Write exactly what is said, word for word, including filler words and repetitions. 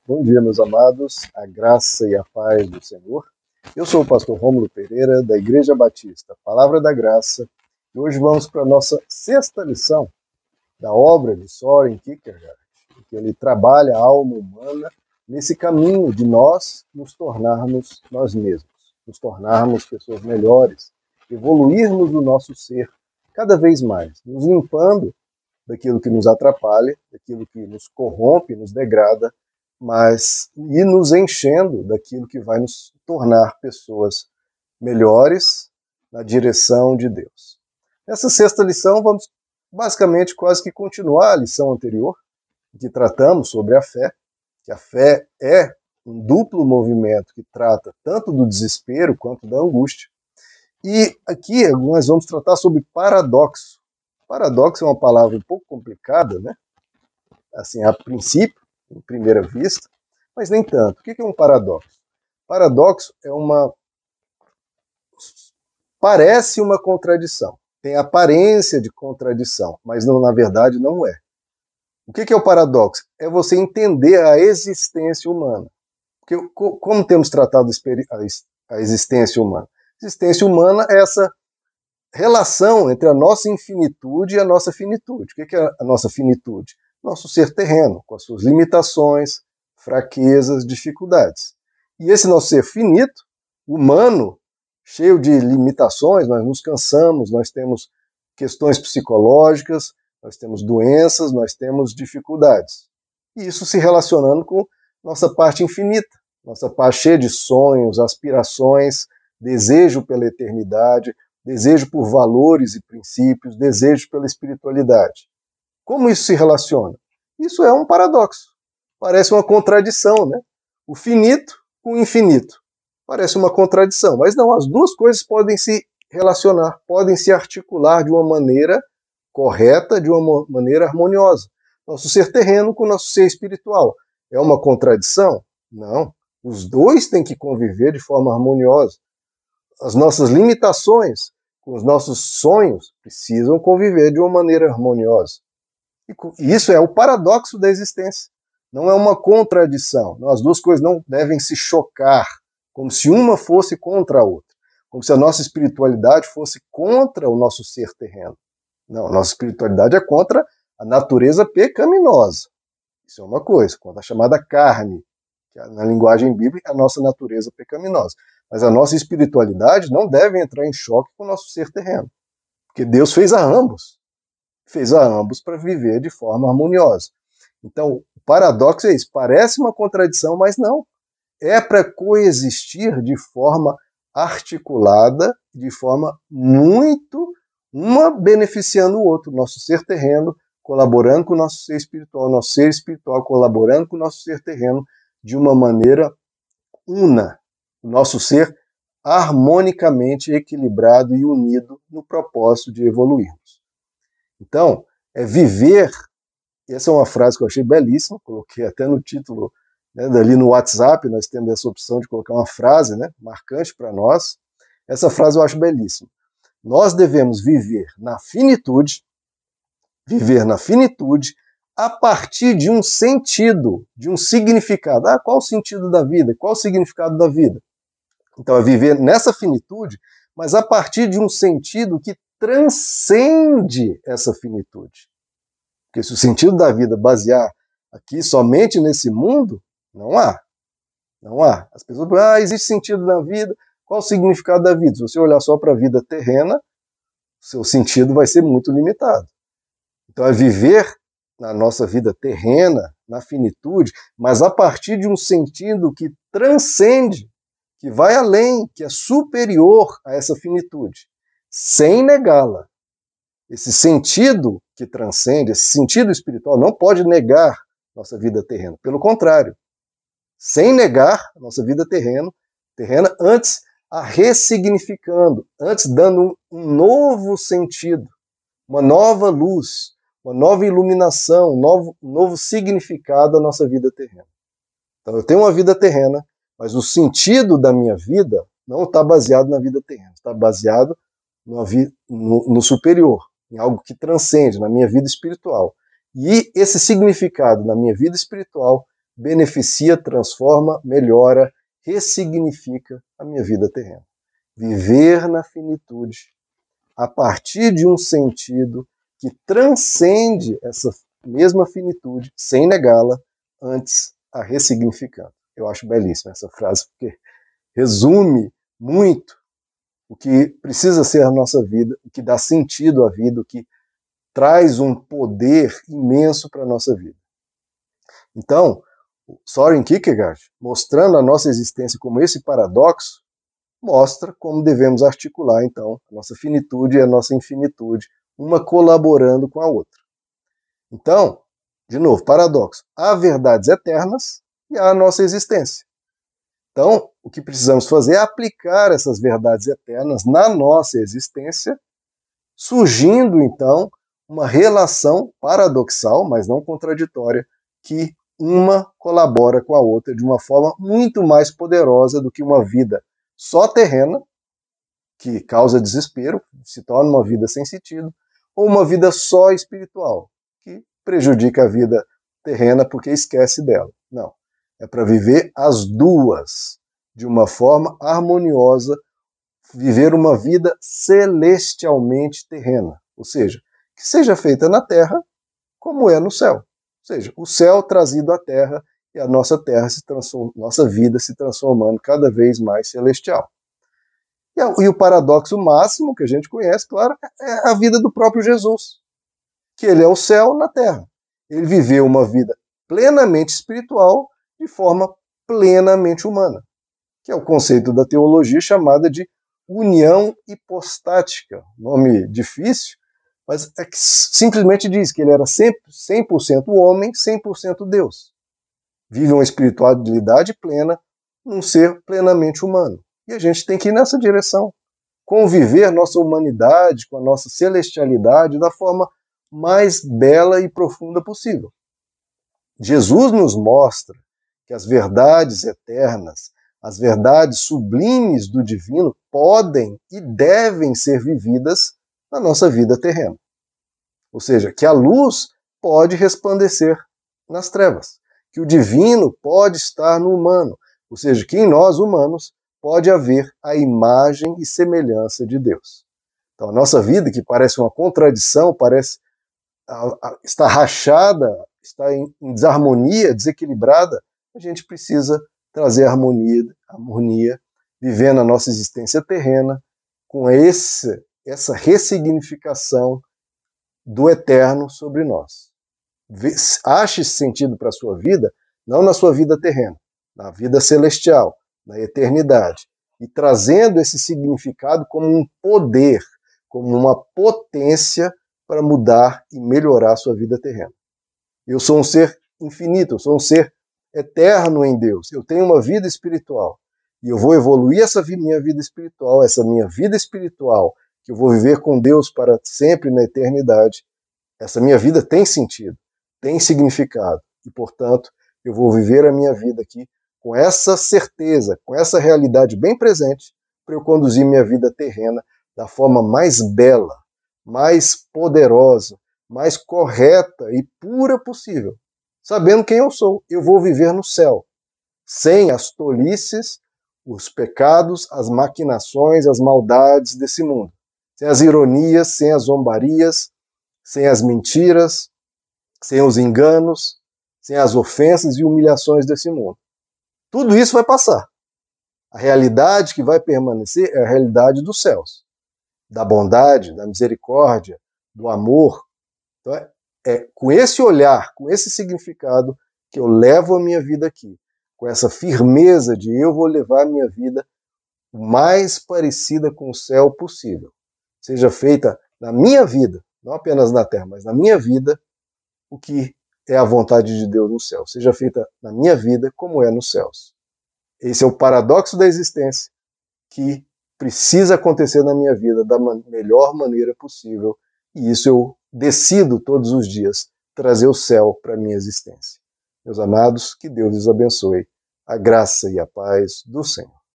Bom dia, meus amados, a graça e a paz do Senhor. Eu sou o pastor Rômulo Pereira, da Igreja Batista Palavra da Graça, e hoje vamos para a nossa sexta lição da obra de Soren Kierkegaard, que ele trabalha a alma humana nesse caminho de nós nos tornarmos nós mesmos, nos tornarmos pessoas melhores, evoluirmos o nosso ser cada vez mais, nos limpando daquilo que nos atrapalha, daquilo que nos corrompe, nos degrada, mas e nos enchendo daquilo que vai nos tornar pessoas melhores na direção de Deus. Nessa sexta lição, vamos basicamente quase que continuar a lição anterior, que tratamos sobre a fé, que a fé é um duplo movimento que trata tanto do desespero quanto da angústia. E aqui nós vamos tratar sobre paradoxo. Paradoxo é uma palavra um pouco complicada, né? Assim, a princípio, em primeira vista, mas nem tanto. O que é um paradoxo? Paradoxo é uma... parece uma contradição. Tem aparência de contradição, mas não, na verdade não é. O que é o paradoxo? É você entender a existência humana. Porque, como temos tratado a existência humana? A existência humana é essa relação entre a nossa infinitude e a nossa finitude. O que é a nossa finitude? Nosso ser terreno, com as suas limitações, fraquezas, dificuldades. E esse nosso ser finito, humano, cheio de limitações, nós nos cansamos, nós temos questões psicológicas, nós temos doenças, nós temos dificuldades. E isso se relacionando com nossa parte infinita, nossa parte cheia de sonhos, aspirações, desejo pela eternidade, desejo por valores e princípios, desejo pela espiritualidade. Como isso se relaciona? Isso é um paradoxo. Parece uma contradição, né? O finito com o infinito. Parece uma contradição, mas não, as duas coisas podem se relacionar, podem se articular de uma maneira correta, de uma maneira harmoniosa. Nosso ser terreno com o nosso ser espiritual. É uma contradição? Não. Os dois têm que conviver de forma harmoniosa. As nossas limitações com os nossos sonhos precisam conviver de uma maneira harmoniosa. E isso é o paradoxo da existência. Não é uma contradição. As duas coisas não devem se chocar, como se uma fosse contra a outra. Como se a nossa espiritualidade fosse contra o nosso ser terreno. Não, a nossa espiritualidade é contra a natureza pecaminosa. Isso é uma coisa, contra a chamada carne, que na linguagem bíblica é a nossa natureza pecaminosa. Mas a nossa espiritualidade não deve entrar em choque com o nosso ser terreno. Porque Deus fez a ambos. Fez a ambos para viver de forma harmoniosa. Então, o paradoxo é isso. Parece uma contradição, mas não. É para coexistir de forma articulada, de forma muito, uma beneficiando o outro. Nosso ser terreno colaborando com o nosso ser espiritual, nosso ser espiritual colaborando com o nosso ser terreno de uma maneira una. O nosso ser harmonicamente equilibrado e unido no propósito de evoluirmos. Então, é viver, essa é uma frase que eu achei belíssima, coloquei até no título, né, dali no WhatsApp, nós temos essa opção de colocar uma frase, né, marcante para nós. Essa frase eu acho belíssima. Nós devemos viver na finitude, viver na finitude a partir de um sentido, de um significado. Ah, qual o sentido da vida? Qual o significado da vida? Então, é viver nessa finitude, mas a partir de um sentido que transcende essa finitude. Porque se o sentido da vida basear aqui somente nesse mundo, não há. Não há. As pessoas falam, ah, existe sentido na vida. Qual o significado da vida? Se você olhar só para a vida terrena, seu sentido vai ser muito limitado. Então, é viver na nossa vida terrena, na finitude, mas a partir de um sentido que transcende, que vai além, que é superior a essa finitude, sem negá-la. Esse sentido que transcende, esse sentido espiritual, não pode negar nossa vida terrena. Pelo contrário, sem negar a nossa vida terrena, terrena, antes a ressignificando, antes dando um, um novo sentido, uma nova luz, uma nova iluminação, um novo, um novo significado à nossa vida terrena. Então, eu tenho uma vida terrena, mas o sentido da minha vida não está baseado na vida terrena, está baseado no, no, no superior, em algo que transcende, na minha vida espiritual. E esse significado na minha vida espiritual beneficia, transforma, melhora, ressignifica a minha vida terrena. Viver na finitude, a partir de um sentido que transcende essa mesma finitude, sem negá-la, antes a ressignificando. Eu acho belíssima essa frase, porque resume muito o que precisa ser a nossa vida, o que dá sentido à vida, o que traz um poder imenso para a nossa vida. Então, Soren Kierkegaard, mostrando a nossa existência como esse paradoxo, mostra como devemos articular, então, a nossa finitude e a nossa infinitude, uma colaborando com a outra. Então, de novo, paradoxo. Há verdades eternas e há a nossa existência. Então, o que precisamos fazer é aplicar essas verdades eternas na nossa existência, surgindo, então, uma relação paradoxal, mas não contraditória, que uma colabora com a outra de uma forma muito mais poderosa do que uma vida só terrena, que causa desespero, se torna uma vida sem sentido, ou uma vida só espiritual, que prejudica a vida terrena porque esquece dela. Não. É para viver as duas de uma forma harmoniosa, viver uma vida celestialmente terrena, ou seja, que seja feita na terra como é no céu. Ou seja, o céu trazido à terra e a nossa terra se transforma, nossa vida se transformando cada vez mais celestial. E o paradoxo máximo que a gente conhece, claro, é a vida do próprio Jesus, que ele é o céu na terra. Ele viveu uma vida plenamente espiritual de forma plenamente humana, que é o conceito da teologia chamada de união hipostática. Nome difícil, mas é que simplesmente diz que ele era cem por cento homem, cem por cento Deus. Vive uma espiritualidade plena num ser plenamente humano. E a gente tem que ir nessa direção. Conviver nossa humanidade com a nossa celestialidade da forma mais bela e profunda possível. Jesus nos mostra que as verdades eternas, as verdades sublimes do divino podem e devem ser vividas na nossa vida terrena. Ou seja, que a luz pode resplandecer nas trevas, que o divino pode estar no humano, ou seja, que em nós humanos pode haver a imagem e semelhança de Deus. Então, a nossa vida, que parece uma contradição, parece estar rachada, estar em desarmonia, desequilibrada, a gente precisa trazer harmonia, harmonia, vivendo a nossa existência terrena com esse, essa ressignificação do eterno sobre nós. Ache sentido para a sua vida, não na sua vida terrena, na vida celestial, na eternidade, e trazendo esse significado como um poder, como uma potência para mudar e melhorar a sua vida terrena. Eu sou um ser infinito, eu sou um ser eterno em Deus, eu tenho uma vida espiritual, e eu vou evoluir essa minha vida espiritual, essa minha vida espiritual, que eu vou viver com Deus para sempre na eternidade. Essa minha vida tem sentido, tem significado, e, portanto, eu vou viver a minha vida aqui com essa certeza, com essa realidade bem presente, para eu conduzir minha vida terrena da forma mais bela, mais poderosa, mais correta e pura possível. Sabendo quem eu sou, eu vou viver no céu, sem as tolices, os pecados, as maquinações, as maldades desse mundo. Sem as ironias, sem as zombarias, sem as mentiras, sem os enganos, sem as ofensas e humilhações desse mundo. Tudo isso vai passar. A realidade que vai permanecer é a realidade dos céus, da bondade, da misericórdia, do amor. Então, é, é com esse olhar, com esse significado, que eu levo a minha vida aqui, com essa firmeza de eu vou levar a minha vida o mais parecida com o céu possível. Seja feita na minha vida, não apenas na terra, mas na minha vida, o que é a vontade de Deus no céu. Seja feita na minha vida como é nos céus. Esse é o paradoxo da existência que precisa acontecer na minha vida da melhor maneira possível, e isso eu decido todos os dias trazer o céu para a minha existência. Meus amados, que Deus lhes abençoe. A graça e a paz do Senhor.